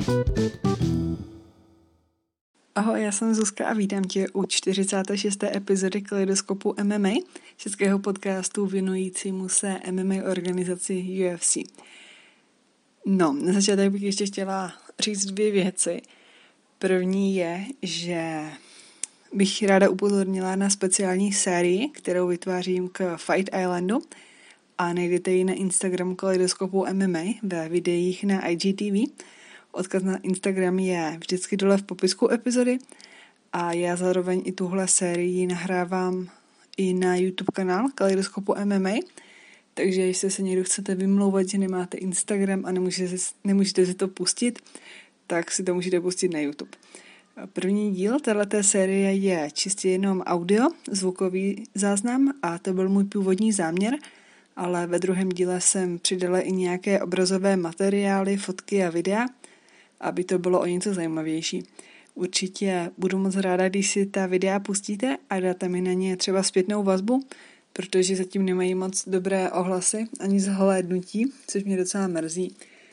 Ahoj, já jsem Zuzka a vítám tě u 46. epizody Kaleidoskopu MMA, českého podcastu věnujícímu se MMA organizaci UFC. No, na začátek bych ještě chtěla říct 2 věci. První je, že bych ráda upozornila na speciální sérii, kterou vytvářím k Fight Islandu a najdete ji na Instagramu Kaleidoskopu MMA ve videích na IGTV. Odkaz na Instagram je vždycky dole v popisku epizody a já zároveň i tuhle sérii nahrávám i na YouTube kanál Kaleidoskopu MMA, takže jestli se někdo chcete vymlouvat, že nemáte Instagram a nemůžete si to pustit, tak si to můžete pustit na YouTube. První díl téhleté série je čistě jenom audio, zvukový záznam a to byl můj původní záměr, ale ve druhém díle jsem přidala i nějaké obrazové materiály, fotky a videa, aby to bylo o něco zajímavější. Určitě budu moc ráda, když si ta videa pustíte a dáte mi na ně třeba zpětnou vazbu, protože zatím nemají moc dobré ohlasy ani zhlédnutí, což mě docela mrzí.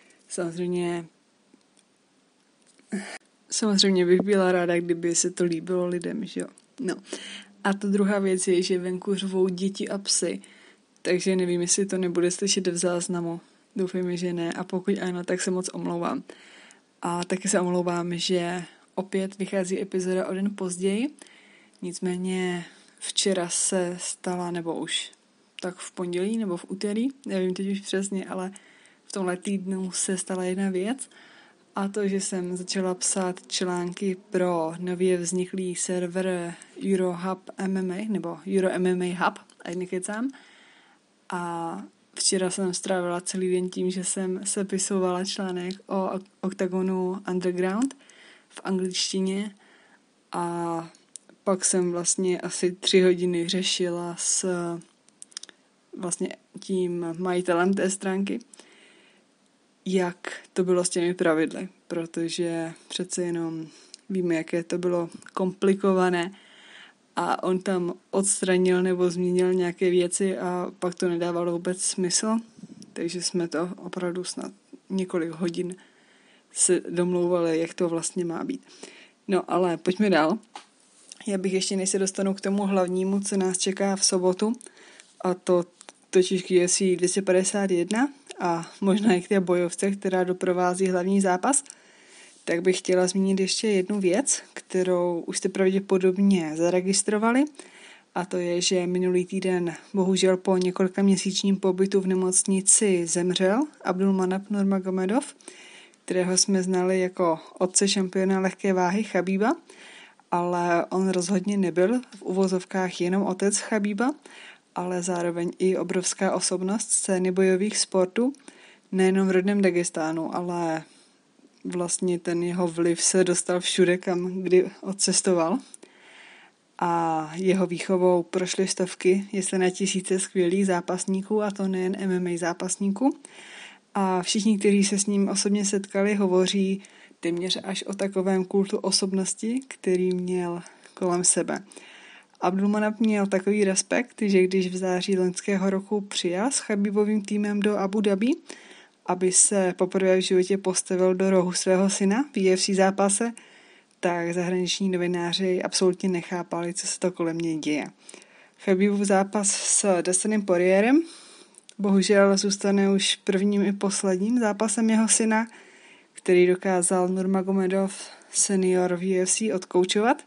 Samozřejmě bych byla ráda, kdyby se to líbilo lidem, že jo. No. A ta druhá věc je, že venku řvou děti a psy, takže nevím, jestli to nebude slyšet v záznamu. Doufejme, že ne, a pokud ano, tak se moc omlouvám. A taky se omlouvám, že opět vychází epizoda o den později, nicméně včera se stala, nebo už tak v pondělí nebo v úterý, nevím teď už přesně, ale v tomhle týdnu se stala jedna věc, a to, že jsem začala psát články pro nově vzniklý server Eurohub MMA, nebo Euro MMA Hub, ať nekecám. A včera jsem strávila celý den tím, že jsem sepisovala článek o Octagonu Underground v angličtině a pak jsem vlastně asi 3 hodiny řešila s vlastně tím majitelem té stránky, jak to bylo s těmi pravidly, protože přece jenom víme, jaké to bylo komplikované a on tam odstranil nebo změnil nějaké věci a pak to nedávalo vůbec smysl, takže jsme to opravdu snad několik hodin se domlouvali, jak to vlastně má být. No ale pojďme dál. Já bych ještě, než se dostanu k tomu hlavnímu, co nás čeká v sobotu, a to totiž k UFC 251 a možná i k té bojovce, která doprovází hlavní zápas, tak bych chtěla zmínit ještě jednu věc, kterou už jste pravděpodobně zaregistrovali, a to je, že minulý týden bohužel po několika měsíčním pobytu v nemocnici zemřel Abdulmanap Nurmagomedov, kterého jsme znali jako otce šampiona lehké váhy Chabíba, ale on rozhodně nebyl v uvozovkách jenom otec Chabíba, ale zároveň i obrovská osobnost scény bojových sportů, nejenom v rodném Dagestánu, ale vlastně ten jeho vliv se dostal všude, kam kdy odcestoval. A jeho výchovou prošly stovky, jestli ne tisíce skvělých zápasníků, a to nejen MMA zápasníků. A všichni, kteří se s ním osobně setkali, hovoří téměř až o takovém kultu osobnosti, který měl kolem sebe. Abdulmanap měl takový respekt, že když v září loňského roku přijel s Chabibovým týmem do Abu Dhabi, aby se poprvé v životě postavil do rohu svého syna v UFC zápase, tak zahraniční novináři absolutně nechápali, co se to kolem něj děje. Chabibův zápas s Dustinem Poirierem bohužel zůstane už prvním i posledním zápasem jeho syna, který dokázal Nurmagomedov senior v UFC odkoučovat.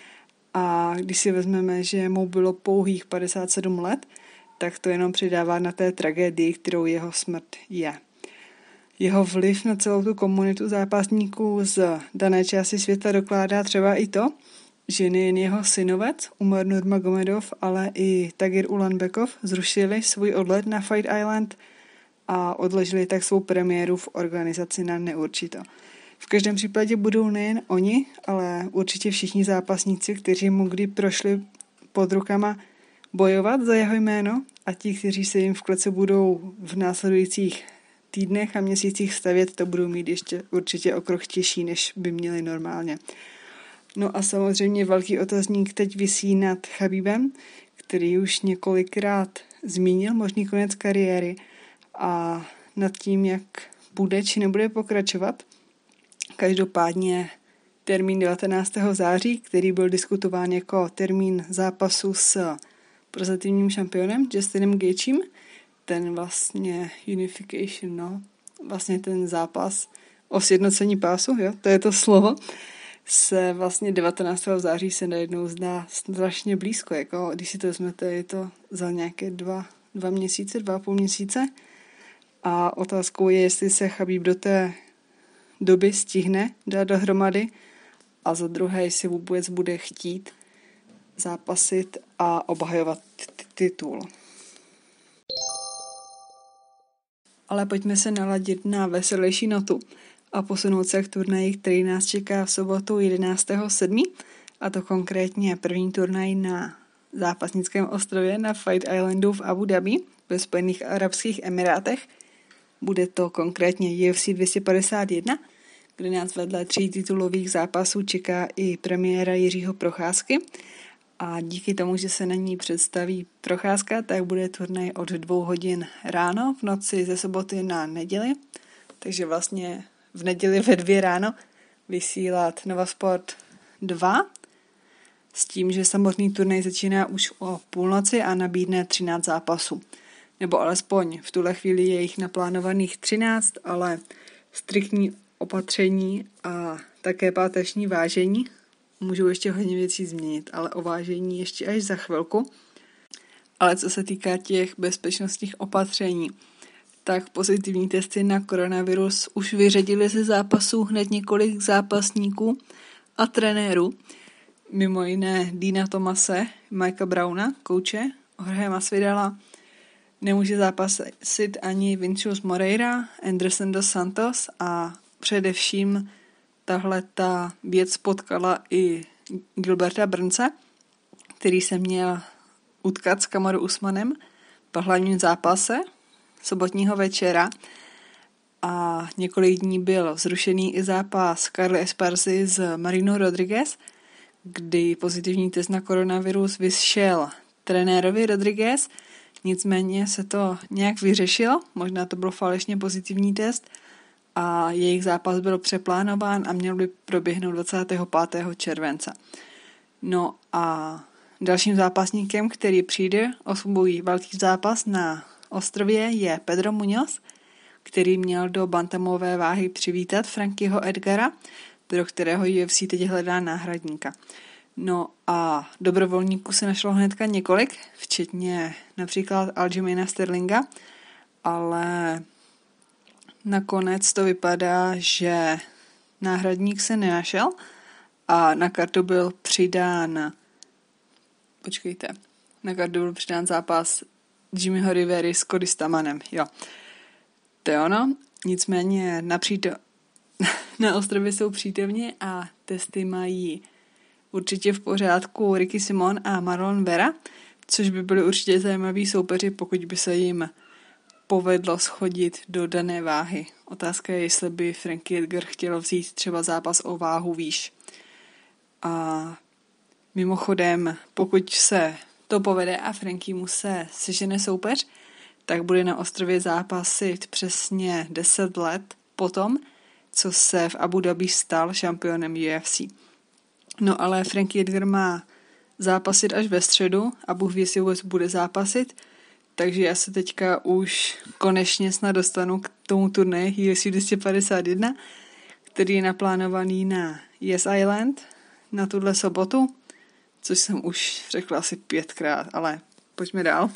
A když si vezmeme, že mu bylo pouhých 57 let, tak to jenom přidává na té tragédii, kterou jeho smrt je. Jeho vliv na celou tu komunitu zápasníků z dané části světa dokládá třeba i to, že nejen jeho synovec Umar Nurmagomedov, ale i Tagir Ulanbekov zrušili svůj odlet na Fight Island a odložili tak svou premiéru v organizaci na neurčito. V každém případě budou nejen oni, ale určitě všichni zápasníci, kteří mu kdy prošli pod rukama, bojovat za jeho jméno, a ti, kteří se jim v klece budou v následujících týdnech a měsících stavět, to budou mít ještě určitě o krok těžší, než by měli normálně. No a samozřejmě velký otazník teď visí nad Chabibem, který už několikrát zmínil možný konec kariéry, a nad tím, jak bude či nebude pokračovat, každopádně termín 19. září, který byl diskutován jako termín zápasu s prozatímním šampionem Justinem Gaethjem, ten vlastně unification, vlastně ten zápas o sjednocení pásu, jo, to je to slovo, se vlastně 19. září se najednou zdá strašně blízko, jako když si to vezmete, je to za nějaké 2,5 měsíce a otázkou je, jestli se Chabib do té doby stihne dát dohromady a za druhé, jestli vůbec bude chtít zápasit a obhajovat titul. Ale pojďme se naladit na veselější notu a posunout se k turnaji, který nás čeká v sobotu 11.7. a to konkrétně první turnaj na zápasnickém ostrově na Fight Islandu v Abu Dhabi ve Spojených arabských emirátech. Bude to konkrétně UFC 251, kde nás vedle 3 titulových zápasů čeká i premiéra Jiřího Procházky a díky tomu, že se na ní představí Procházka, tak bude turnaj od 2 hodin ráno v noci ze soboty na neděli, takže vlastně v neděli ve 2 ráno vysílat Nova Sport 2 s tím, že samotný turnaj začíná už o půlnoci a nabídne 13 zápasů. Nebo alespoň v tuhle chvíli je jich naplánovaných 13, ale striktní opatření a také páteční vážení můžou ještě hodně věcí změnit, ale o vážení ještě až za chvilku. Ale co se týká těch bezpečnostních opatření, tak pozitivní testy na koronavirus už vyřadili ze zápasů hned několik zápasníků a trenérů, mimo jiné Dina Thomase, Mikea Browna, kouče, Jorge Masvidala, nemůže zápasit ani Vinicius Moreira, Anderson dos Santos a především tahle ta věc potkala i Gilberta Burnse, který se měl utkat s Kamaru Usmanem v hlavním zápase sobotního večera a několik dní byl zrušený i zápas Carly Esparzy s Marinou Rodriguez, kdy pozitivní test na koronavirus vyšel trenérovi Rodriguez, nicméně se to nějak vyřešilo, možná to byl falešně pozitivní test a jejich zápas byl přeplánován a měl by proběhnout 25. července. No a dalším zápasníkem, který přijde o svůj velký zápas na ostrově, je Pedro Muñoz, který měl do bantamové váhy přivítat Frankieho Edgara, do kterého UFC teď hledá náhradníka. No a dobrovolníků se našlo hnedka několik, včetně například Aljamaina Sterlinga, ale nakonec to vypadá, že náhradník se nenašel a na kartu byl přidán zápas Jimmyho Rivery s Cody Stamanem. Jo. To je ono, nicméně na ostrově jsou přítomně a testy mají určitě v pořádku Ricky Simon a Marlon Vera, což by byly určitě zajímaví soupeři, pokud by se jim povedlo schodit do dané váhy. Otázka je, jestli by Frankie Edgar chtěl vzít třeba zápas o váhu výš. A mimochodem, pokud se to povede a Frankie mu se sežene soupeř, tak bude na ostrově zápasit přesně 10 let potom, co se v Abu Dhabi stal šampionem UFC. No ale Frankie Edgar má zápasit až ve středu a Bůh ví, jestli vůbec bude zápasit, takže já se teďka už konečně snad dostanu k tomu turnaji UFC 251, který je naplánovaný na Yes Island na tuhle sobotu, což jsem už řekla asi 5krát, ale pojďme dál.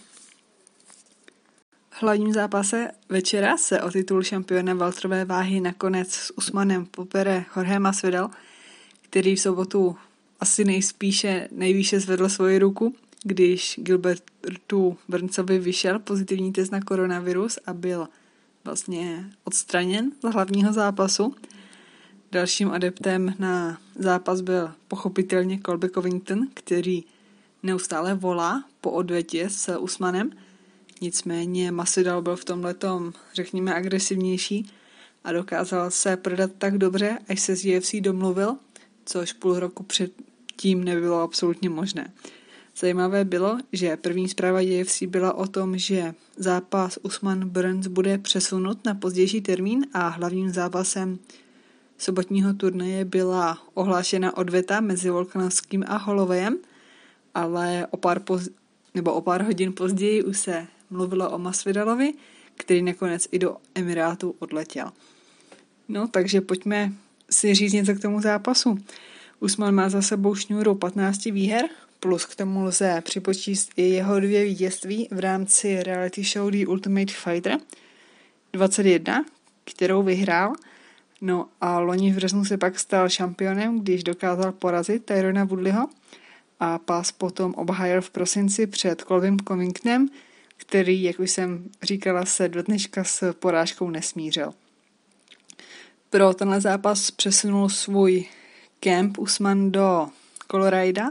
V hlavním zápase večera se o titul šampiona welterové váhy nakonec s Usmanem popere Jorge Masvidal, který v sobotu asi nejvýše zvedl svoji ruku, když Gilbertu Burnsovi vyšel pozitivní test na koronavirus a byl vlastně odstraněn z hlavního zápasu. Dalším adeptem na zápas byl pochopitelně Colby Covington, který neustále volá po odvetě s Usmanem. Nicméně Masvidal byl v tomhletom, řekněme, agresivnější a dokázal se prodat tak dobře, až se z UFC domluvil, což půl roku předtím nebylo absolutně možné. Zajímavé bylo, že první zpráva UFC byla o tom, že zápas Usman Burns bude přesunut na pozdější termín a hlavním zápasem sobotního turnaje byla ohlášena odveta mezi Volkanovským a Hollowayem, ale o pár hodin později už se mluvilo o Masvidalovi, který nakonec i do Emirátů odletěl. No, takže pojďme si říct něco k tomu zápasu. Usman má za sebou šňůru 15 výher, plus k tomu lze připočíst i jeho 2 vítězství v rámci reality show The Ultimate Fighter 21, kterou vyhrál. No a loni v březnu se pak stal šampionem, když dokázal porazit Tyrona Woodleyho a pás potom obhájil v prosinci před Colbym Covingtonem, který, jak už jsem říkala, se do dneška s porážkou nesmířil. Pro tenhle zápas přesunul svůj kemp Usman do Colorada,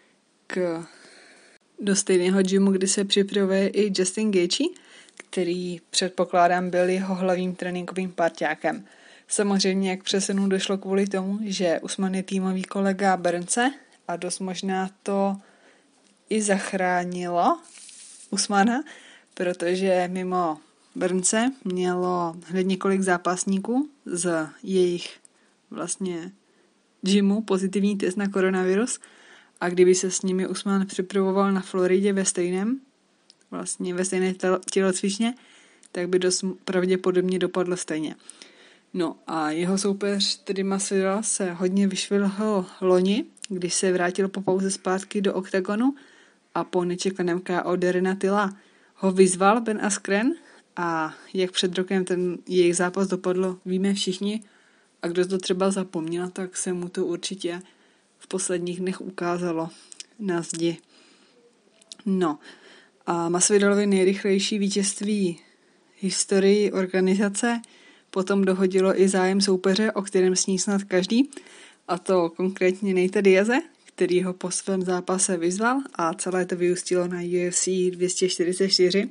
do stejného gymu, kdy se připravuje i Justin Gaethje, který předpokládám byl jeho hlavním tréninkovým parťákem. Samozřejmě, jak přesunu došlo kvůli tomu, že Usman je týmový kolega Burnse a dost možná to i zachránilo Usmana, protože mimo Burnse mělo hned několik zápasníků z jejich vlastně gymu pozitivní test na koronavirus a kdyby se s nimi Usman připravoval na Floridě ve stejné tělocvičně, tak by dost pravděpodobně dopadlo stejně. No a jeho soupeř, tedy Masvidal, se hodně vyšvihl loni, když se vrátil po pauze zpátky do oktagonu a po nečekaném KO Darrena Tilla ho vyzval Ben Askren a jak před rokem ten jejich zápas dopadlo, víme všichni a kdo to třeba zapomněl, tak se mu to určitě v posledních dnech ukázalo na zdi. No a Masvidalovi nejrychlejší vítězství historii organizace potom dohodilo i zájem soupeře, o kterém sní snad každý, a to konkrétně Nate Diaze, který ho po svém zápase vyzval a celé to vyústilo na UFC 244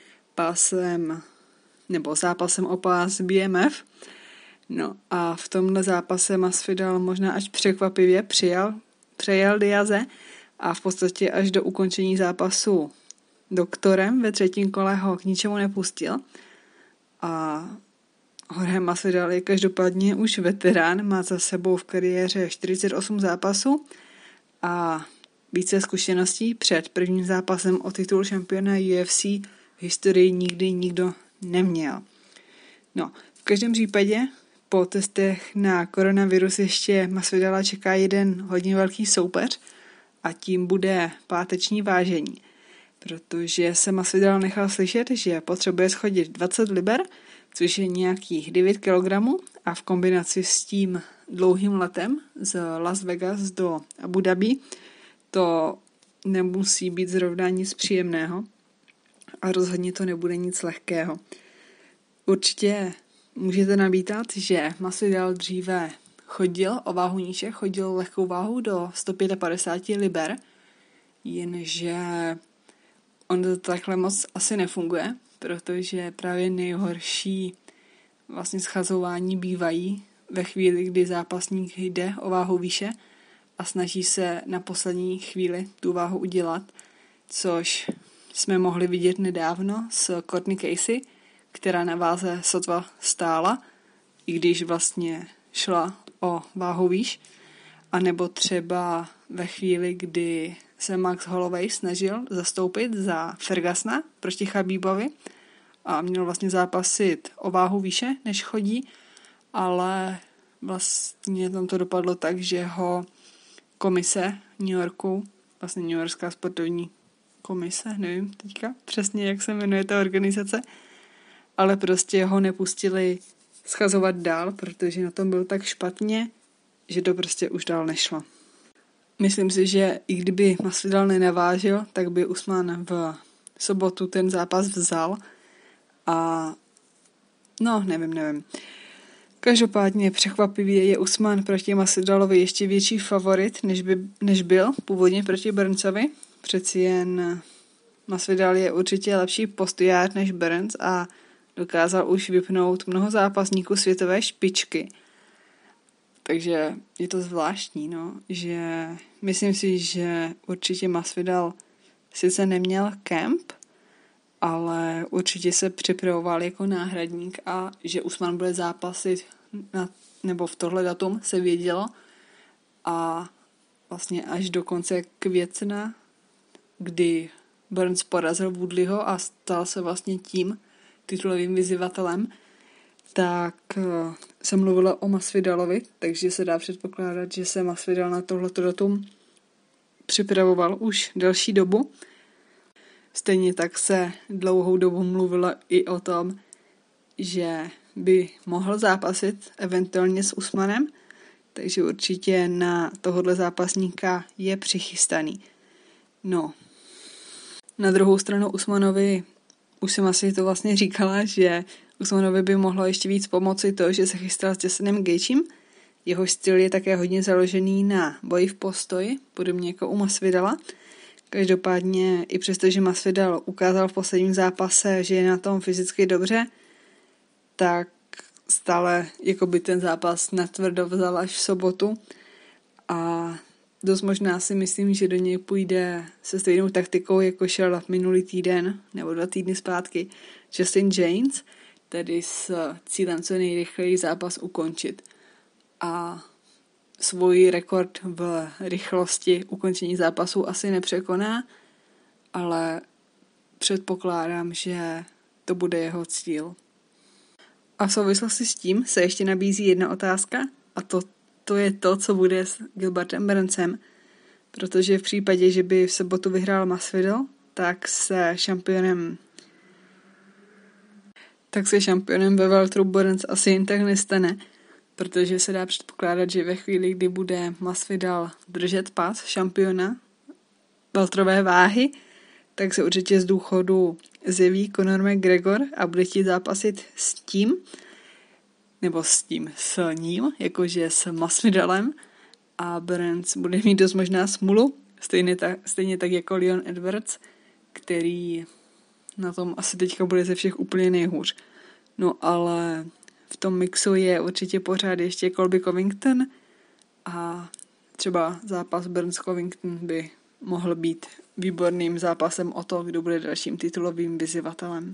zápasem o pás BMF. No a v tomhle zápase Masvidal možná až překvapivě přejel Diaze a v podstatě až do ukončení zápasu doktorem ve 3. kole ho k ničemu nepustil. A Jorge Masvidal je každopádně už veterán, má za sebou v kariéře 48 zápasů a více zkušeností. Před prvním zápasem o titul šampiona UFC v historii nikdy nikdo neměl. No, v každém případě po testech na koronavirus ještě Masvidala čeká jeden hodně velký soupeř a tím bude páteční vážení, protože se Masvidal nechal slyšet, že potřebuje schodit 20 liber, což je nějakých 9 kg a v kombinaci s tím dlouhým letem z Las Vegas do Abu Dhabi to nemusí být zrovna nic příjemného a rozhodně to nebude nic lehkého. Určitě můžete nabítat, že Masvidal dříve chodil o váhu níže, chodil lehkou váhu do 155 liber, jenže on to takhle moc asi nefunguje, protože právě nejhorší vlastně schazování bývají ve chvíli, kdy zápasník jde o váhu výše a snaží se na poslední chvíli tu váhu udělat, což jsme mohli vidět nedávno s Courtney Casey, která na váze sotva stála, i když vlastně šla o váhu výš, anebo třeba ve chvíli, kdy se Max Holloway snažil zastoupit za Fergusona proti Khabibovi a měl vlastně zápasit o váhu výše, než chodí, ale vlastně tam to dopadlo tak, že ho komise New Yorku, vlastně New Yorkská sportovní komise, nevím teďka přesně, jak se jmenuje ta organizace, ale prostě ho nepustili schazovat dál, protože na tom byl tak špatně, že to prostě už dál nešlo. Myslím si, že i kdyby Masvidal nenavážil, tak by Usman v sobotu ten zápas vzal a nevím. Každopádně překvapivě je Usman proti Masvidalovi ještě větší favorit, než byl původně proti Burnsovi. Přeci jen Masvidal je určitě lepší postojář než Burns a dokázal už vypnout mnoho zápasníků světové špičky. Takže je to zvláštní, že myslím si, že určitě Masvidal sice neměl kemp, ale určitě se připravoval jako náhradník a že Usman bude zápasit na nebo v tohle datum se vědělo a vlastně až do konce května, kdy Burns porazil Woodleyho a stal se vlastně tím titulovým vyzývatelem, tak se mluvilo o Masvidalovi, takže se dá předpokládat, že se Masvidal na tohleto datum připravoval už delší dobu. Stejně tak se dlouhou dobu mluvilo i o tom, že by mohl zápasit eventuálně s Usmanem, takže určitě na tohohle zápasníka je přichystaný. No, na druhou stranu Usmanovi, už jsem asi to vlastně říkala, že Usmanovi by mohlo ještě víc pomoci to, že se chystal s Jusinem Gaethjem. Jeho styl je také hodně založený na boji v postoji, podobně jako u Masvidala. Každopádně i přesto, že Masvidal ukázal v posledním zápase, že je na tom fyzicky dobře, tak stále jakoby ten zápas natvrdo vzal až v sobotu a dost možná si myslím, že do něj půjde se stejnou taktikou, jako šel minulý týden nebo 2 týdny zpátky Justin James, tedy s cílem co nejrychleji zápas ukončit. A svůj rekord v rychlosti ukončení zápasu asi nepřekoná, ale předpokládám, že to bude jeho cíl. A v souvislosti s tím se ještě nabízí jedna otázka a to je to, co bude s Gilbertem Burnsem, protože v případě, že by v sobotu vyhrál Masvidal, tak se šampionem ve welteru Burns asi jen tak nestane, protože se dá předpokládat, že ve chvíli, kdy bude Masvidal držet pas šampiona welterové váhy, tak se určitě z důchodu zjeví Conor McGregor a bude chtít zápasit s ním, jakože s Masvidalem a Burns bude mít dost možná smůlu, stejně tak jako Leon Edwards, který na tom asi teďka bude ze všech úplně nejhůř. No ale v tom mixu je určitě pořád ještě Colby Covington a třeba zápas Burns-Covington by mohl být výborným zápasem o to, kdo bude dalším titulovým vyzývatelem.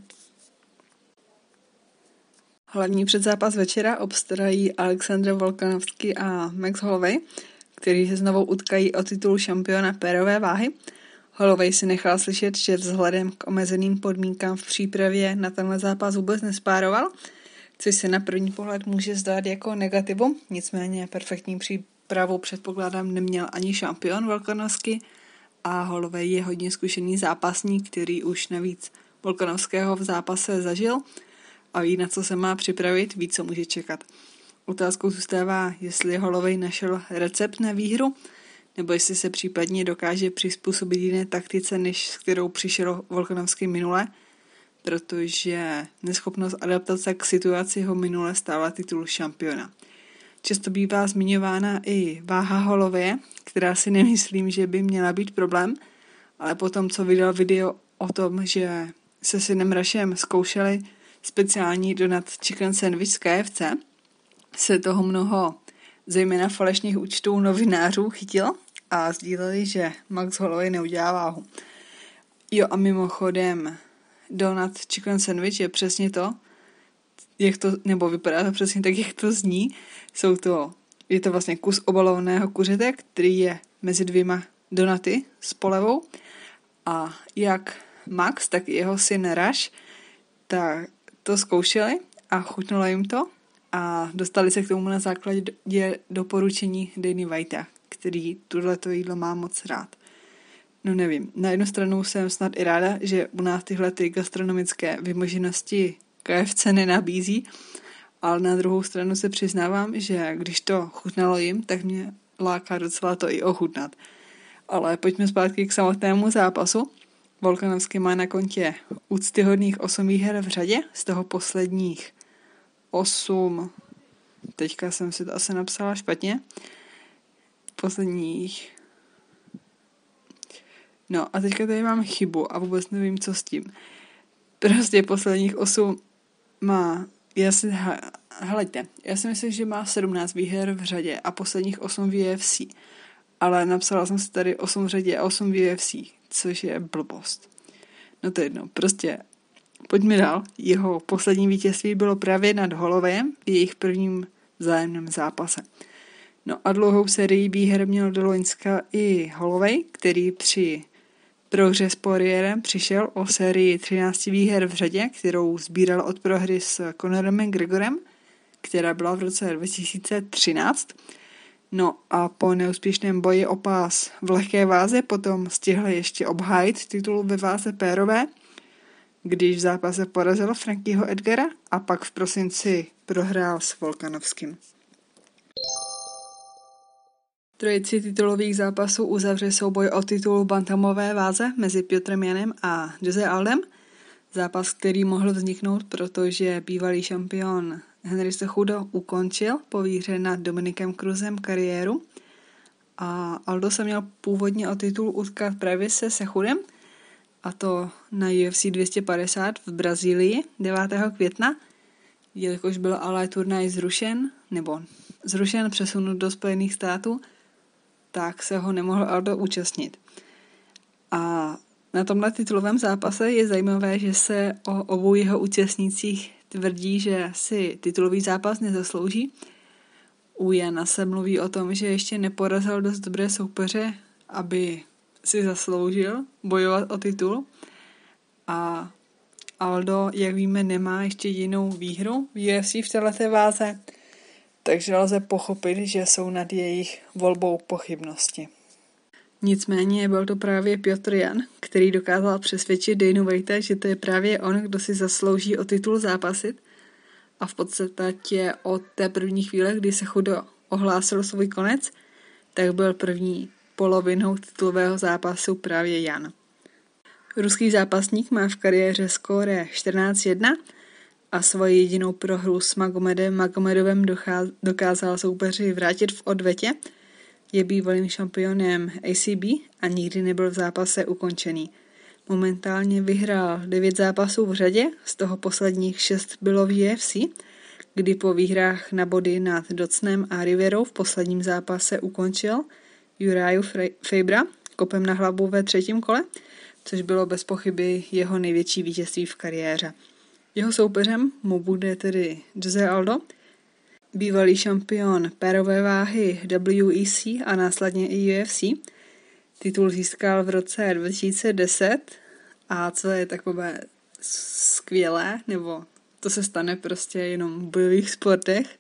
Hlavní předzápas večera obstarají Alexander Volkanovski a Max Holloway, kteří se znovu utkají o titul šampiona pérové váhy. Holloway si nechal slyšet, že vzhledem k omezeným podmínkám v přípravě na tenhle zápas vůbec nespároval, což se na první pohled může zdát jako negativum, nicméně perfektní přípravu předpokládám neměl ani šampion Volkanovski a Holloway je hodně zkušený zápasník, který už navíc Volkanovského v zápase zažil a ví, na co se má připravit, ví, co může čekat. Otázkou zůstává, jestli Holloway našel recept na výhru, nebo jestli se případně dokáže přizpůsobit jiné taktice, než s kterou přišel Volkanovský minule, protože neschopnost adaptace k situaci ho minule stála titul šampiona. Často bývá zmiňována i váha Hollowaye, která si nemyslím, že by měla být problém, ale potom, co vydal video o tom, že se synem Rushem zkoušeli speciální donut chicken sandwich z KFC, se toho mnoho, zejména falešných účtů novinářů, chytilo a sdíleli, že Max Holloway neudělá váhu. Jo a mimochodem, donut chicken sandwich je přesně to, nebo vypadá to přesně tak, jak to zní. Je to vlastně kus obalovaného kuřete, který je mezi 2 donaty s polevou a jak Max, tak i jeho syn Rush tak to zkoušeli a chutnalo jim to a dostali se k tomu na základě doporučení Dany Whitea, který tohleto jídlo má moc rád. No nevím, na jednu stranu jsem snad i ráda, že u nás tyhle gastronomické vymoženosti KFC nenabízí, ale na druhou stranu se přiznávám, že když to chutnalo jim, tak mě láká docela to i ochutnat. Ale pojďme zpátky k samotnému zápasu. Volkanovský má na kontě úctyhodných 8 výher v řadě, z toho posledních 8, teďka jsem si to asi napsala špatně, a teďka tady mám chybu a vůbec nevím, co s tím. Prostě posledních 8 má, já si myslím, že má 17 výher v řadě a posledních 8 v UFC. Ale napsala jsem si tady 8 v řadě a 8 v UFC, což je blbost. No to je jedno, prostě pojďme dál. Jeho poslední vítězství bylo právě nad Hollowayem v jejich prvním vzájemném zápase. No a dlouhou sérii výher měl do loňska i Holloway, který při prohře s Poirierem přišel o sérii 13 výher v řadě, kterou sbíral od prohry s Conorem McGregorem, která byla v roce 2013. No a po neúspěšném boji o pás v lehké váze potom stihl ještě obhájit titul ve váze pérové, když v zápase porazil Frankieho Edgara a pak v prosinci prohrál s Volkanovským. Trojici titulových zápasů uzavře souboj o titul v bantamové váze mezi Piotrem Janem a Jose Aldem. Zápas, který mohl vzniknout, protože bývalý šampion Henry Cejudo ukončil po výhře nad Dominikem Cruzem kariéru a Aldo se měl původně o titul utkat právě se Cejudem, a to na UFC 250 v Brazílii 9. května, jelikož byl ale turnaj zrušen, přesunut do Spojených států, tak se ho nemohl Aldo účastnit. A na tomhle titulovém zápase je zajímavé, že se o obou jeho účastnících tvrdí, že si titulový zápas nezaslouží. U Jana se mluví o tom, že ještě neporazil dost dobré soupeře, aby si zasloužil bojovat o titul. A Aldo, jak víme, nemá ještě jinou výhru v UFC v této váze, takže lze pochopit, že jsou nad jejich volbou pochybnosti. Nicméně byl to právě Piotr Jan, který dokázal přesvědčit Danu Whitea, že to je právě on, kdo si zaslouží o titul zápasit. A v podstatě od té první chvíle, kdy se Cejudo ohlásil svůj konec, tak byl první polovinou titulového zápasu právě Jan. Ruský zápasník má v kariéře skóre 14-1 a svoji jedinou prohru s Magomedovem dokázal soupeři vrátit v odvetě. Je bývalým šampionem ACB a nikdy nebyl v zápase ukončený. Momentálně vyhrál 9 zápasů v řadě, z toho posledních 6 bylo v UFC, kdy po výhrách na body nad Dodsonem a Riverou v posledním zápase ukončil Uriah Fabera kopem na hlavu ve 3. kole, což bylo bez pochyby jeho největší vítězství v kariéře. Jeho soupeřem mu bude tedy Jose Aldo, bývalý šampion pérové váhy WEC a následně i UFC. Titul získal v roce 2010 a co je takové skvělé, nebo to se stane prostě jenom v bojových sportech,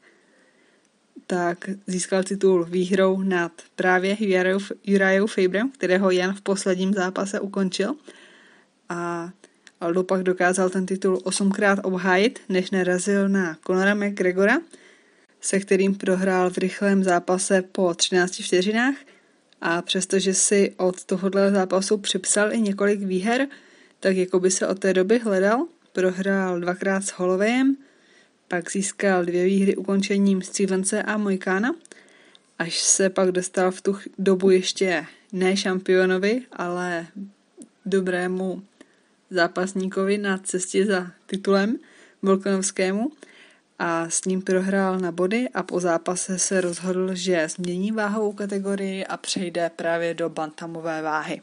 tak získal titul výhrou nad právě Uriah Faberem, kterého Jan v posledním zápase ukončil. A Aldo pak dokázal ten titul 8krát obhájit, než narazil na Conora McGregora, se kterým prohrál v rychlém zápase po 13 vteřinách. A přestože si od tohohle zápasu připsal i několik výher, tak jako by se od té doby hledal. Prohrál 2krát s Hollowayem, pak získal 2 výhry ukončením Stevense a Moicana, až se pak dostal v tu dobu ještě ne šampionovi, ale dobrému zápasníkovi na cestě za titulem Volkanovskému a s ním prohrál na body a po zápase se rozhodl, že změní váhovou kategorii a přejde právě do bantamové váhy.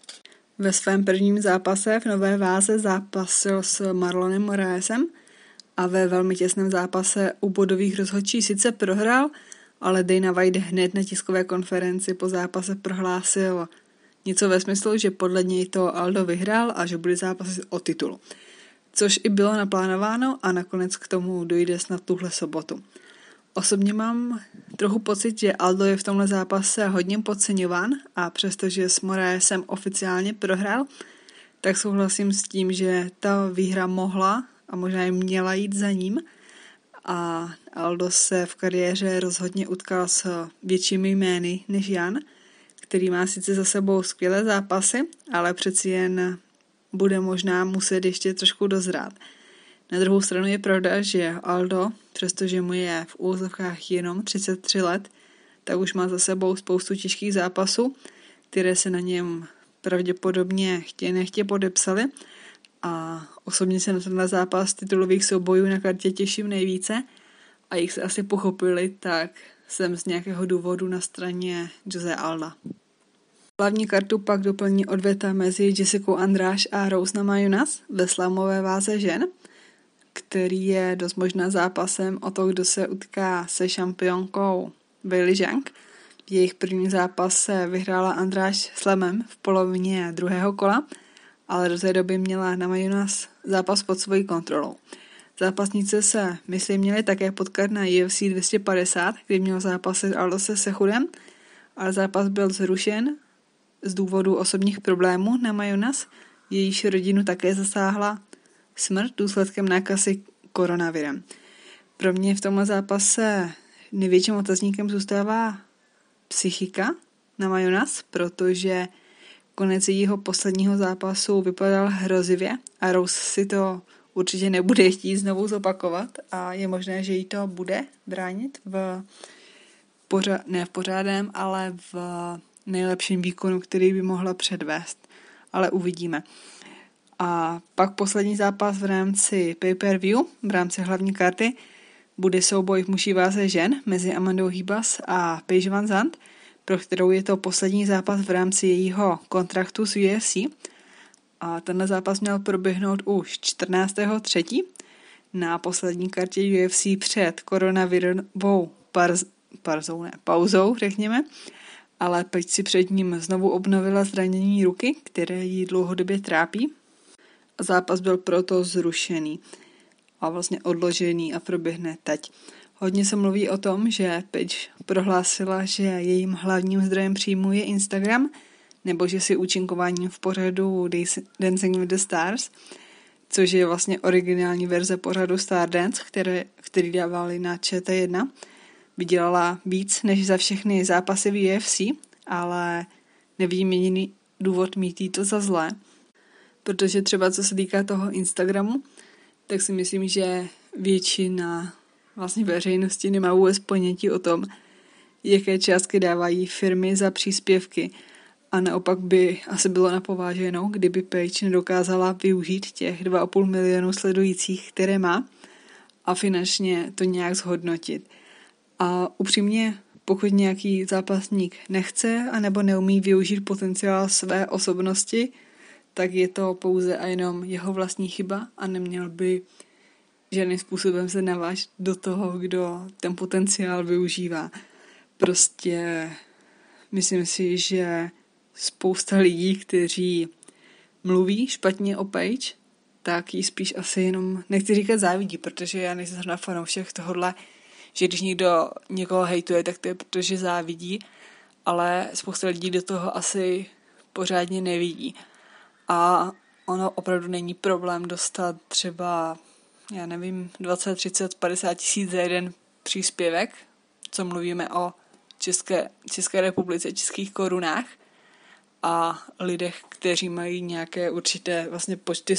Ve svém prvním zápase v nové váze zápasil s Marlonem Moraesem a ve velmi těsném zápase u bodových rozhodčí sice prohrál, ale Dana White hned na tiskové konferenci po zápase prohlásil něco ve smyslu, že podle něj to Aldo vyhrál a že bude zápasit o titul. Což i bylo naplánováno a nakonec k tomu dojde snad tuhle sobotu. Osobně mám trochu pocit, že Aldo je v tomhle zápase hodně podceňován a přestože s Moraesem oficiálně prohrál, tak souhlasím s tím, že ta výhra mohla a možná i měla jít za ním a Aldo se v kariéře rozhodně utkal s většími jmény než Jan, který má sice za sebou skvělé zápasy, ale přeci jen bude možná muset ještě trošku dozrát. Na druhou stranu je pravda, že Aldo, přestože mu je v úvozovkách jenom 33 let, tak už má za sebou spoustu těžkých zápasů, které se na něm pravděpodobně nechtě podepsaly a osobně se na tenhle zápas titulových soubojů na kartě těším nejvíce a jak se asi pochopili, tak jsem z nějakého důvodu na straně Jose Alda. Hlavní kartu pak doplní odveta mezi Jessicou Andrade a Rose Namajunas ve slamové váze žen. který je dost možná zápasem o to, kdo se utká se šampionkou Weili Zhang. V jejich první zápase vyhrála Andráš s Lemem v polovině druhého kola, ale do té doby měla Namajunas zápas pod svojí kontrolou. Zápasnice se, myslím, měly také potkat na UFC 250, kdy měl zápasit Aldose Sechudem, ale zápas byl zrušen z důvodu osobních problémů Namajunas. Jejíž rodinu také zasáhla smrt důsledkem nákazy koronavirem. Pro mě v tomhle zápase největším otazníkem zůstává psychika Namajunas, protože konec jejího posledního zápasu vypadal hrozivě a Rose si to určitě nebude chtít znovu zopakovat a je možné, že jí to bude bránit ne v pořádném, ale v nejlepším výkonu, který by mohla předvést. Ale uvidíme. A pak poslední zápas v rámci pay-per-view, v rámci hlavní karty, bude souboj v muží váze žen mezi Amandou Ribas a Paige VanZant, pro kterou je to poslední zápas v rámci jejího kontraktu s UFC. A tenhle zápas měl proběhnout už 14.3. na poslední kartě UFC před koronavirovou pauzou, řekněme. Ale Paige si před ním znovu obnovila zranění ruky, které ji dlouhodobě trápí. A zápas byl proto zrušený a vlastně odložený a proběhne teď. Hodně se mluví o tom, že Paige prohlásila, že jejím hlavním zdrojem příjmu je Instagram, nebo že si účinkováním v pořadu Dancing with the Stars, což je vlastně originální verze pořadu Stardance, který dávali na ČT1, vydělala víc než za všechny zápasy v UFC, ale nevidím jediný důvod mít jí to za zlé, protože třeba co se týká toho Instagramu, tak si myslím, že většina vlastně veřejnosti nemá vůbec ponětí o tom, jaké částky dávají firmy za příspěvky. A naopak by asi bylo napováženou, kdyby Paige nedokázala využít těch 2,5 milionu sledujících, které má, a finančně to nějak zhodnotit. A upřímně, pokud nějaký zápasník nechce anebo neumí využít potenciál své osobnosti, tak je to pouze a jenom jeho vlastní chyba a neměl by žádným způsobem se navážet do toho, kdo ten potenciál využívá. Prostě myslím si, že spousta lidí, kteří mluví špatně o Paige, tak jí spíš asi jenom, nechci říkat závidí, protože já nejsem zrovna fanoušek tohodle, že když někdo někoho hejtuje, tak to je protože závidí, ale spousta lidí do toho asi pořádně nevidí. A ono opravdu není problém dostat třeba, 20, 30, 50 tisíc za jeden příspěvek, co mluvíme o České republice, českých korunách a lidech, kteří mají nějaké určité vlastně počty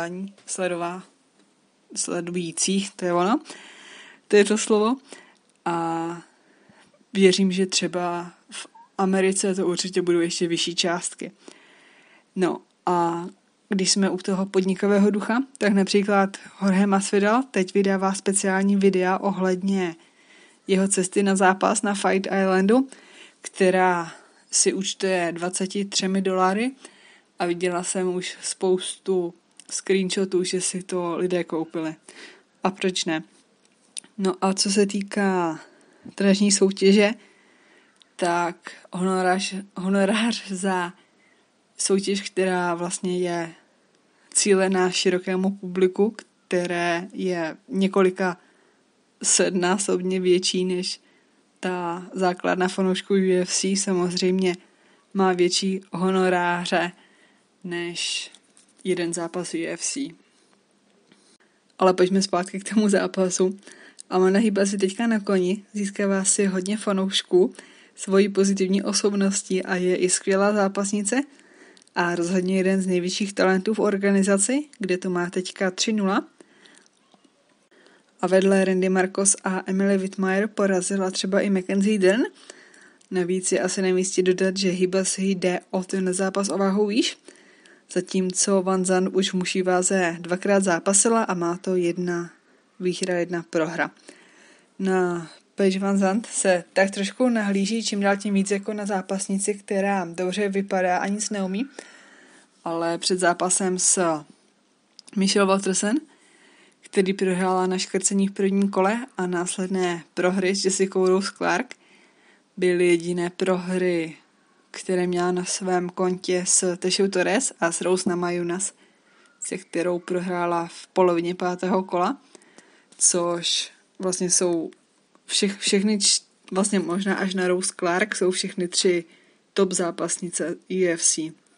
sledujících, to je ono, to je to slovo. A věřím, že třeba v Americe to určitě budou ještě vyšší částky. No a když jsme u toho podnikového ducha, tak například Jorge Masvidal teď vydává speciální videa ohledně jeho cesty na zápas na Fight Islandu, která si účtuje $23 a viděla jsem už spoustu screenshotů, že si to lidé koupili. A proč ne? No a co se týká tržní soutěže, tak honorář za soutěž, která vlastně je cílená širokému publiku, které je několika sednásobně větší než ta základna fanoušků UFC, samozřejmě má větší honoráře než jeden zápas UFC. Ale pojďme zpátky k tomu zápasu. Amanda Ribas je teďka na koni, získává si hodně fanoušků svojí pozitivní osobností a je i skvělá zápasnice a rozhodně jeden z největších talentů v organizaci, kde to má teďka 3-0. A vedle Randy Marcos a Emily Whitmire porazila třeba i Mackenzie Dern. Navíc je asi na místě dodat, že Ribas jde o ten zápas o váhu výš, zatímco VanZant už v muží váze 2krát zápasila a má to 1 výhra, 1 prohra. Na Paige VanZant se tak trošku nahlíží čím dál tím víc jako na zápasnici, která dobře vypadá a nic neumí, ale před zápasem s Michelle Waterson, který prohrála na škrcení v prvním kole a následné prohry s Jessicou Rose Clark byly jediné prohry, které měla na svém kontě s Teshou Torres a s Rose Namajunas, se kterou prohrála v polovině 5. kola, což vlastně jsou všechny, vlastně možná až na Rose Clark, jsou všechny 3 top zápasnice UFC.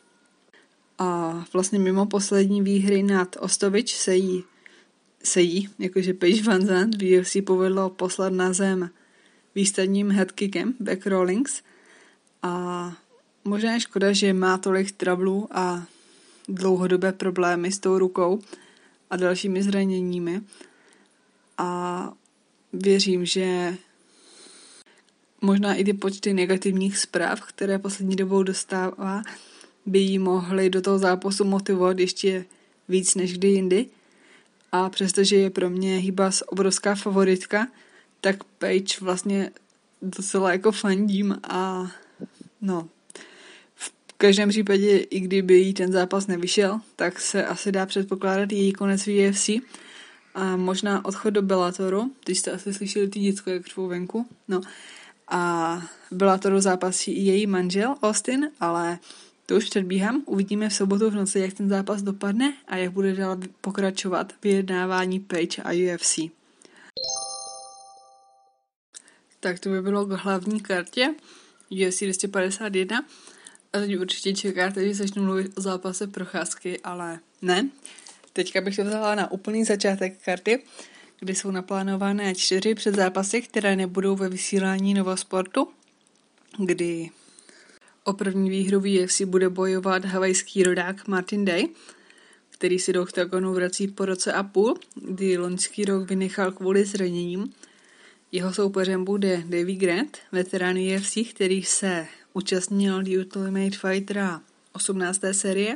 A vlastně mimo poslední výhry nad Ostovič se jí, jakože Paige Van Zandt v UFC povedlo poslat na zem výstavním headkickem back rollings a možná je škoda, že má tolik trablů a dlouhodobé problémy s tou rukou a dalšími zraněními a věřím, že možná i ty počty negativních zpráv, které poslední dobou dostává, by jí mohly do toho zápasu motivovat ještě víc než kdy jindy. A přestože je pro mě Hibas obrovská favoritka, tak Paige vlastně docela jako fandím a no, v každém případě, i kdyby jí ten zápas nevyšel, tak se asi dá předpokládat její konec v UFC a možná odchod do Bellatoru, teď jste asi slyšeli ty děcko, jak řvou venku, no. A Bellatoru zápasí i její manžel Austin, ale to už předbíhám. Uvidíme v sobotu v noci, jak ten zápas dopadne a jak bude dál pokračovat vyjednávání Paige a UFC. Tak to by bylo k hlavní kartě UFC 251. A teď určitě čekáte, že začnu mluvit o zápase Procházky, ale ne. Teďka bych to vzala na úplný začátek karty, kdy jsou naplánované 4 předzápasy, které nebudou ve vysílání Novosportu, kdy o první výhru v UFC bude bojovat havajský rodák Martin Day, který si do oktagonu vrací po roce a půl, kdy loňský rok vynechal kvůli zraněním. Jeho soupeřem bude Davy Grant, veterán UFC, který se účastnil The Ultimate Fightera 18. série,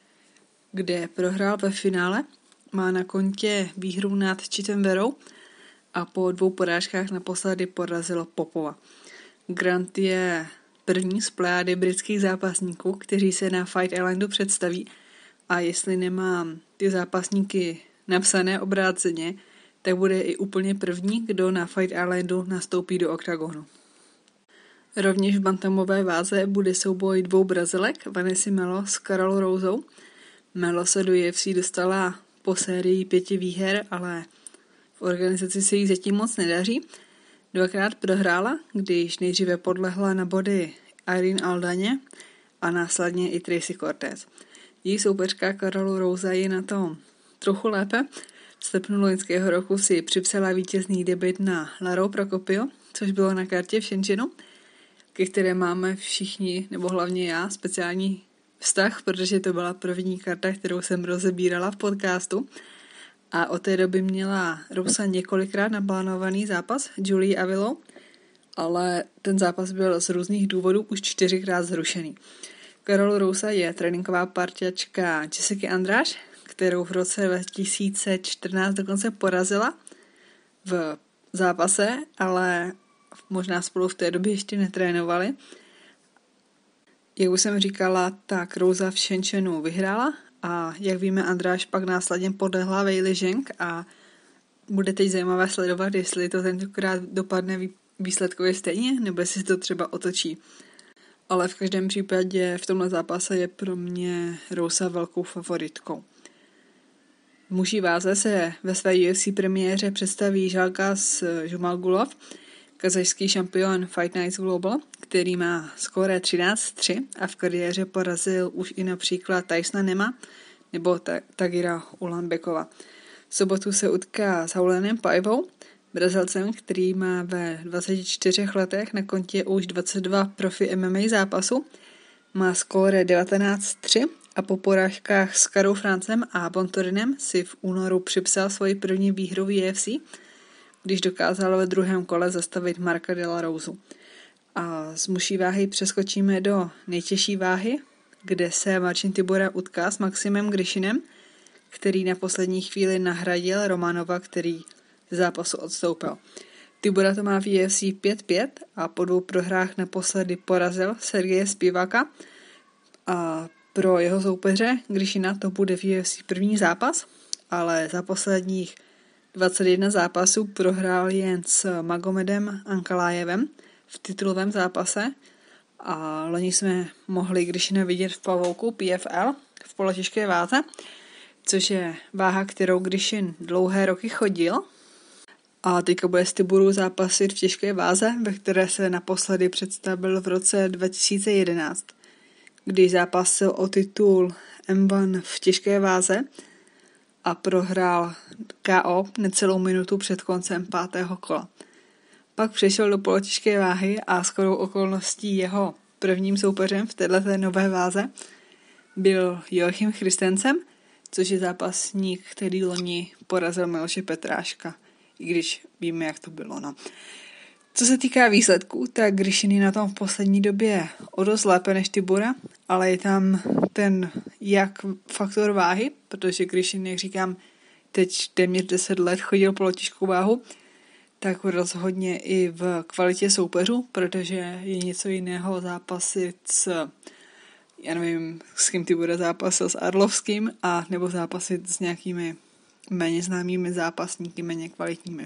kde prohrál ve finále, má na kontě výhru nad Chitem Verou a po 2 porážkách naposledy porazil Popova. Grant je první z plejády britských zápasníků, kteří se na Fight Islandu představí a jestli nemám ty zápasníky napsané obráceně, tak bude i úplně první, kdo na Fight Islandu nastoupí do oktagonu. Rovněž v bantamové váze bude souboj 2 Brazilek, Vanessy Melo s Karolou Rousou. Melo se do UFC dostala po sérii 5 výher, ale v organizaci se jí zatím moc nedaří. 2krát prohrála, když nejdříve podlehla na body Irene Aldaně a následně i Tracy Cortez. Její soupeřka Karolu Rouza je na tom trochu lépe. V srpnu loňského roku si připsala vítězný debut na Larou Procopio, což bylo na kartě v Shenzhenu, ke které máme všichni, nebo hlavně já, speciální vztah, protože to byla první karta, kterou jsem rozebírala v podcastu. A od té doby měla Rousa několikrát naplánovaný zápas Julie Avilo, ale ten zápas byl z různých důvodů už 4krát zrušený. Karol Rousa je tréninková parťačka Jessica Andrade, kterou v roce 2014 dokonce porazila v zápase, ale možná spolu v té době ještě netrénovali. Jak už jsem říkala, tak Rousa v Shenzhenu vyhrála a jak víme, Andráš pak následně podlehla Weili Zhang a bude teď zajímavé sledovat, jestli to tentokrát dopadne výsledkově stejně, nebo jestli to třeba otočí. Ale v každém případě v tomhle zápase je pro mě Rousa velkou favoritkou. V muží váze se ve své UFC premiéře představí Žalkas Žumagulov, kazašský šampion Fight Nights Global, který má skóre 13-3 a v kariéře porazil už i například Tysona Nema nebo Tagira Ulanbekova. V sobotu se utká s Haulenem Paivou, Brazilcem, který má ve 24 letech na kontě už 22 profi MMA zápasů, má skóre 19-3 a po porážkách s Karou Francem a Bontorinem si v únoru připsal svoji první výhru v UFC, když dokázal ve 2. kole zastavit Marka de la Rousu. A z mužší váhy přeskočíme do nejtěžší váhy, kde se Marcin Tybura utká s Maximem Grishinem, který na poslední chvíli nahradil Romanova, který z zápasu odstoupil. Tybura to má v UFC 5-5 a po 2 prohrách naposledy porazil Sergeje Spivaka a pro jeho soupeře Grishina to bude v UFC první zápas, ale za posledních 21 zápasů prohrál jen s Magomedem Ankalájevem v titulovém zápase a loni jsme mohli Grišina vidět v pavouku PFL v polotěžké váze, což je váha, kterou Grišin dlouhé roky chodil. A teďka bude s Tiburu zápasit v těžké váze, ve které se naposledy představil v roce 2011, když zápasil o titul M1 v těžké váze a prohrál KO necelou minutu před koncem 5. kola. Pak přešel do polotěžké váhy a shodou okolností jeho prvním soupeřem v této nové váze byl Joachim Christensen, což je zápasník, který loni porazil Miloše Petráška, i když víme, jak to bylo. No. Co se týká výsledků, tak Grišin je na tom v poslední době o dost lépe než Tibura, ale je tam ten jak faktor váhy, protože Grišin, jak říkám, teď téměř 10 let chodil polotěžkou váhu, tak rozhodně i v kvalitě soupeřů, protože je něco jiného zápasit s, já nevím, s kým Tibura zápasil, s Arlovským, a nebo zápasit s nějakými méně známými zápasníky, méně kvalitními.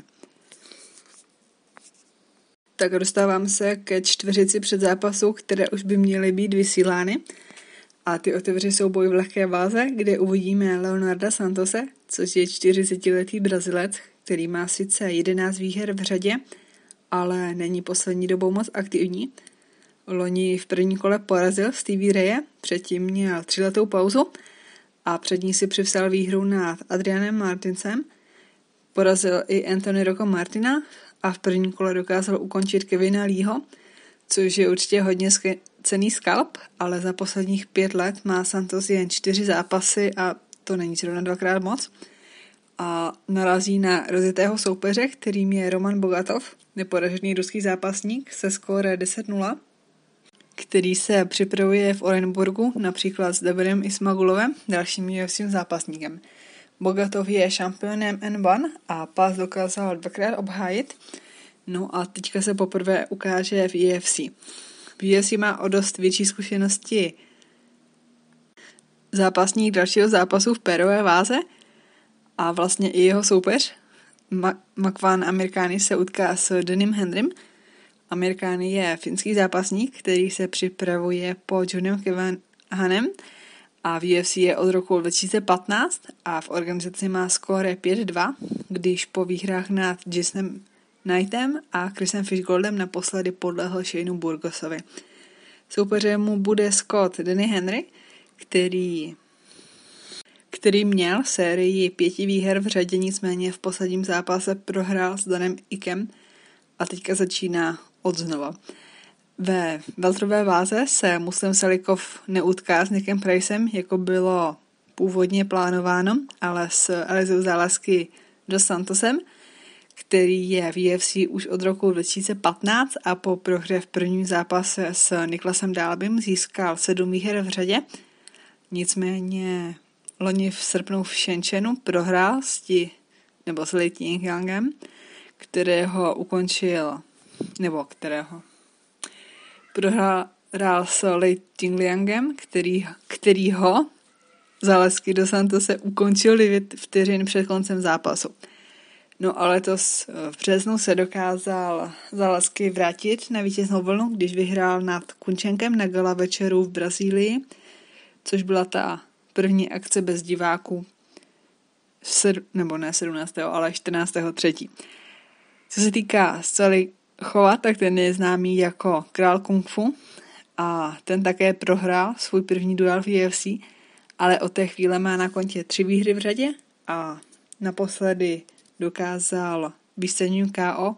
Tak dostávám se ke čtveřici před zápasu, které už by měly být vysílány. A ty otevřely souboj v lehké váze, kde uvidíme Leonarda Santose, což je 40letý Brazilec, který má sice 11 výher v řadě, ale není poslední dobou moc aktivní. Loni v prvním kole porazil Stevie Raye, předtím měl 3letou pauzu a před ní si přivzal výhru nad Adrianem Martinsem. Porazil i Anthony Rocco Martina a v prvním kole dokázal ukončit Kevina Leeho, což je určitě hodně cenný skalp, ale za posledních 5 let má Santos jen 4 zápasy a to není zrovna 2x moc. A narazí na rozjetého soupeře, kterým je Roman Bogatov, neporažený ruský zápasník se skóre 10-0, který se připravuje v Orenburgu například s Davidem Ismagulovem, dalším UFC zápasníkem. Bogatov je šampionem N1 a pás dokázal 2x obhájit. No a teďka se poprvé ukáže v UFC. V UFC má o dost větší zkušenosti zápasník dalšího zápasu v pérové váze a vlastně i jeho soupeř Makvan Amirkhani se utká s Danim Henrym. Amirkhani je finský zápasník, který se připravuje po Johnem Kevahanem a v UFC je od roku 2015 a v organizaci má skóre 5-2, když po výhrách nad Jasonem Knightem a Chrisem Fishgoldem naposledy podlehl Shaneu Burgosovi. Soupeřem mu bude Scott Danny Henry, který měl sérii 5 výher v řadě, nicméně v posledním zápase prohrál s Danem Ikem a teďka začíná od znova. Ve welterové váze se Muslim Salikov neutká s Nickem Pricem, jako bylo původně plánováno, ale s Elizeu Zálazky dos Santosem, který je v UFC už od roku 2015 a po prohře v prvním zápase s Niklasem Dalbym získal 7 výher v řadě. Nicméně loni v srpnu v Shenzhenu prohrál s Li Tingyangem, prohrál s Li Tingyangem, kterýho Zálazky dos Santose ukončil 9 vteřin před koncem zápasu. No a letos v březnu se dokázal Zálazky vrátit na vítěznou vlnu, když vyhrál nad Kunčenkem na gala večeru v Brazílii, což byla ta první akce bez diváků, ne 17., ale 14.3. Co se týká Salikova, tak ten je známý jako král kung fu a ten také prohrál svůj první duel v UFC, ale od té chvíle má na kontě 3 výhry v řadě a naposledy dokázal výsledním KO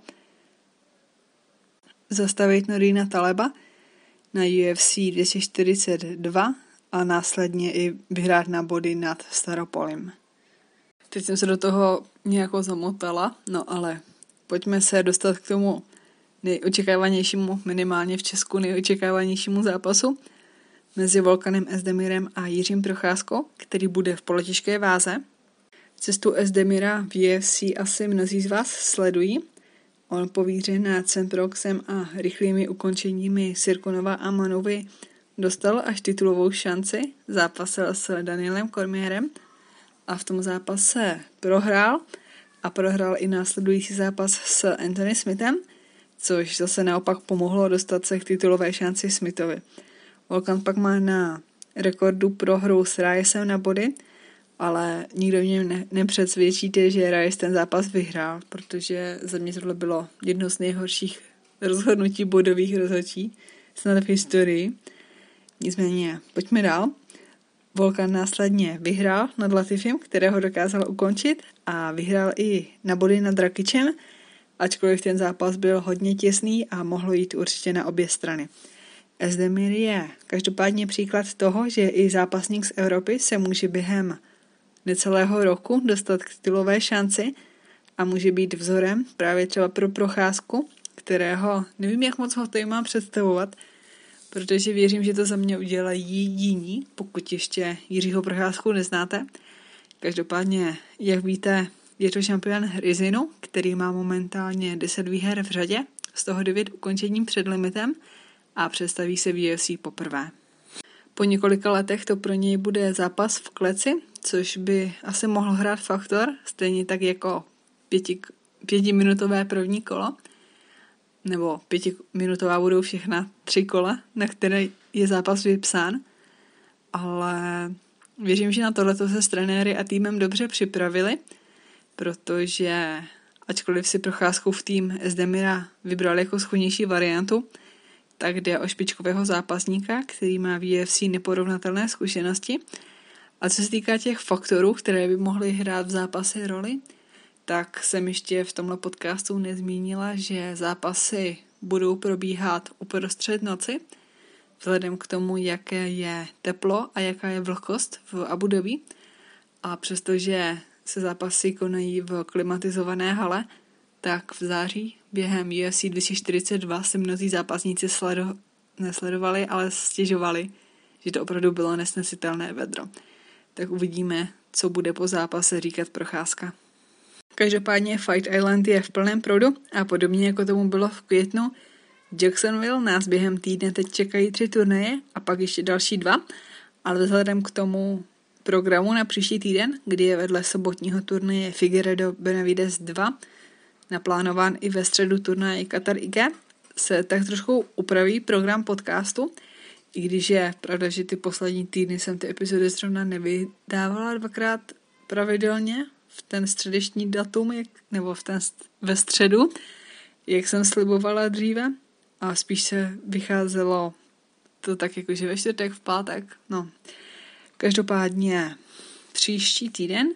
zastavit Norina Taleba na UFC 242 a následně i vyhrát na body nad Staropolim. Teď jsem se do toho nějakou zamotala, no ale pojďme se dostat k tomu nejočekávanějšímu, minimálně v Česku nejočekávanějšímu zápasu mezi Volkanem Özdemirem a Jiřím Procházkou, který bude v polotěžké váze. Cestu Özdemira v UFC asi mnozí z vás sledují. On po výhře nad Centroxem a rychlými ukončeními Sirkunova a Manovy dostal až titulovou šanci, zápasil s Danielem Cormierem a v tom zápase prohrál a prohrál i následující zápas s Anthony Smithem, což zase naopak pomohlo dostat se k titulové šanci Smithovi. Volkan pak má na rekordu prohru s Reyesem na body, ale nikdo mě nepředsvědčíte, že Reyes ten zápas vyhrál, protože za mě tohle bylo jedno z nejhorších rozhodnutí bodových rozhodčí snad v historii. Nicméně, pojďme dál. Volkan následně vyhrál nad Latifim, kterého dokázal ukončit, a vyhrál i na body nad Rakičem, ačkoliv ten zápas byl hodně těsný a mohlo jít určitě na obě strany. Özdemir je každopádně příklad toho, že i zápasník z Evropy se může během necelého roku dostat k titulové šanci a může být vzorem právě třeba pro Procházku, kterého nevím, jak moc ho tady mám představovat, protože věřím, že to za mě udělají jiní, pokud ještě Jiřího Procházku neznáte. Každopádně, jak víte, je to šampion Rizinu, který má momentálně 10 výher v řadě, z toho 9 ukončením před limitem a představí se v UFC poprvé. Po několika letech to pro něj bude zápas v kleci, což by asi mohl hrát faktor, stejně tak jako 5minutové první kolo, nebo 5minutová budou všechna 3 kola, na které je zápas vypsán, ale věřím, že na tohleto se s trenéry a týmem dobře připravili, protože ačkoliv si Procházkův tým Özdemira vybral jako schůdnější variantu, tak jde o špičkového zápasníka, který má v UFC neporovnatelné zkušenosti. A co se týká těch faktorů, které by mohly hrát v zápase roli, tak jsem ještě v tomhle podcastu nezmínila, že zápasy budou probíhat uprostřed noci, vzhledem k tomu, jaké je teplo a jaká je vlhkost v Abu Dhabi. A přestože se zápasy konají v klimatizované hale, tak v září během UFC 242 se mnozí zápasníci nesledovali, ale stěžovali, že to opravdu bylo nesnesitelné vedro. Tak uvidíme, co bude po zápase říkat Procházka. Každopádně Fight Island je v plném proudu a podobně jako tomu bylo v květnu, Jacksonville nás během týdne teď čekají 3 turnaje a pak ještě další 2, ale vzhledem k tomu programu na příští týden, kdy je vedle sobotního turnaje Figueiredo Benavides 2 naplánován i ve středu turnaj Qatar IG, se tak trošku upraví program podcastu, i když je pravda, že ty poslední týdny jsem ty epizody zrovna nevydávala 2krát pravidelně v ten středeční datum, nebo ve středu, jak jsem slibovala dříve, a spíš se vycházelo to tak jakože ve čtvrtek, v pátek, no. Každopádně příští týden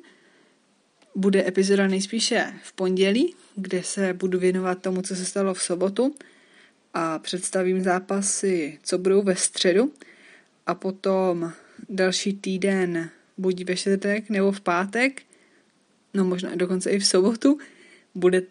bude epizoda nejspíše v pondělí, kde se budu věnovat tomu, co se stalo v sobotu a představím zápasy, co budou ve středu, a potom další týden buď ve čtvrtek nebo v pátek, no možná dokonce i v sobotu, bude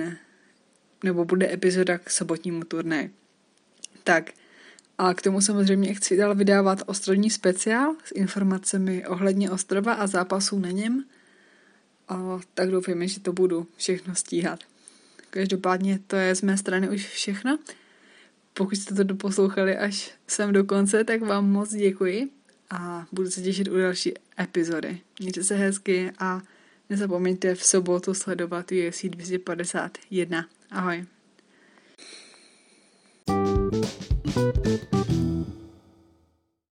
epizoda k sobotnímu turnaji. Tak, a k tomu samozřejmě chci dál vydávat ostrovní speciál s informacemi ohledně ostrova a zápasů na něm, a tak doufejme, že to budu všechno stíhat. Každopádně to je z mé strany už všechno. Pokud jste to doposlouchali až sem do konce, tak vám moc děkuji a budu se těšit u další epizody. Mějte se hezky a nezapomeňte v sobotu sledovat UFC 251. Ahoj.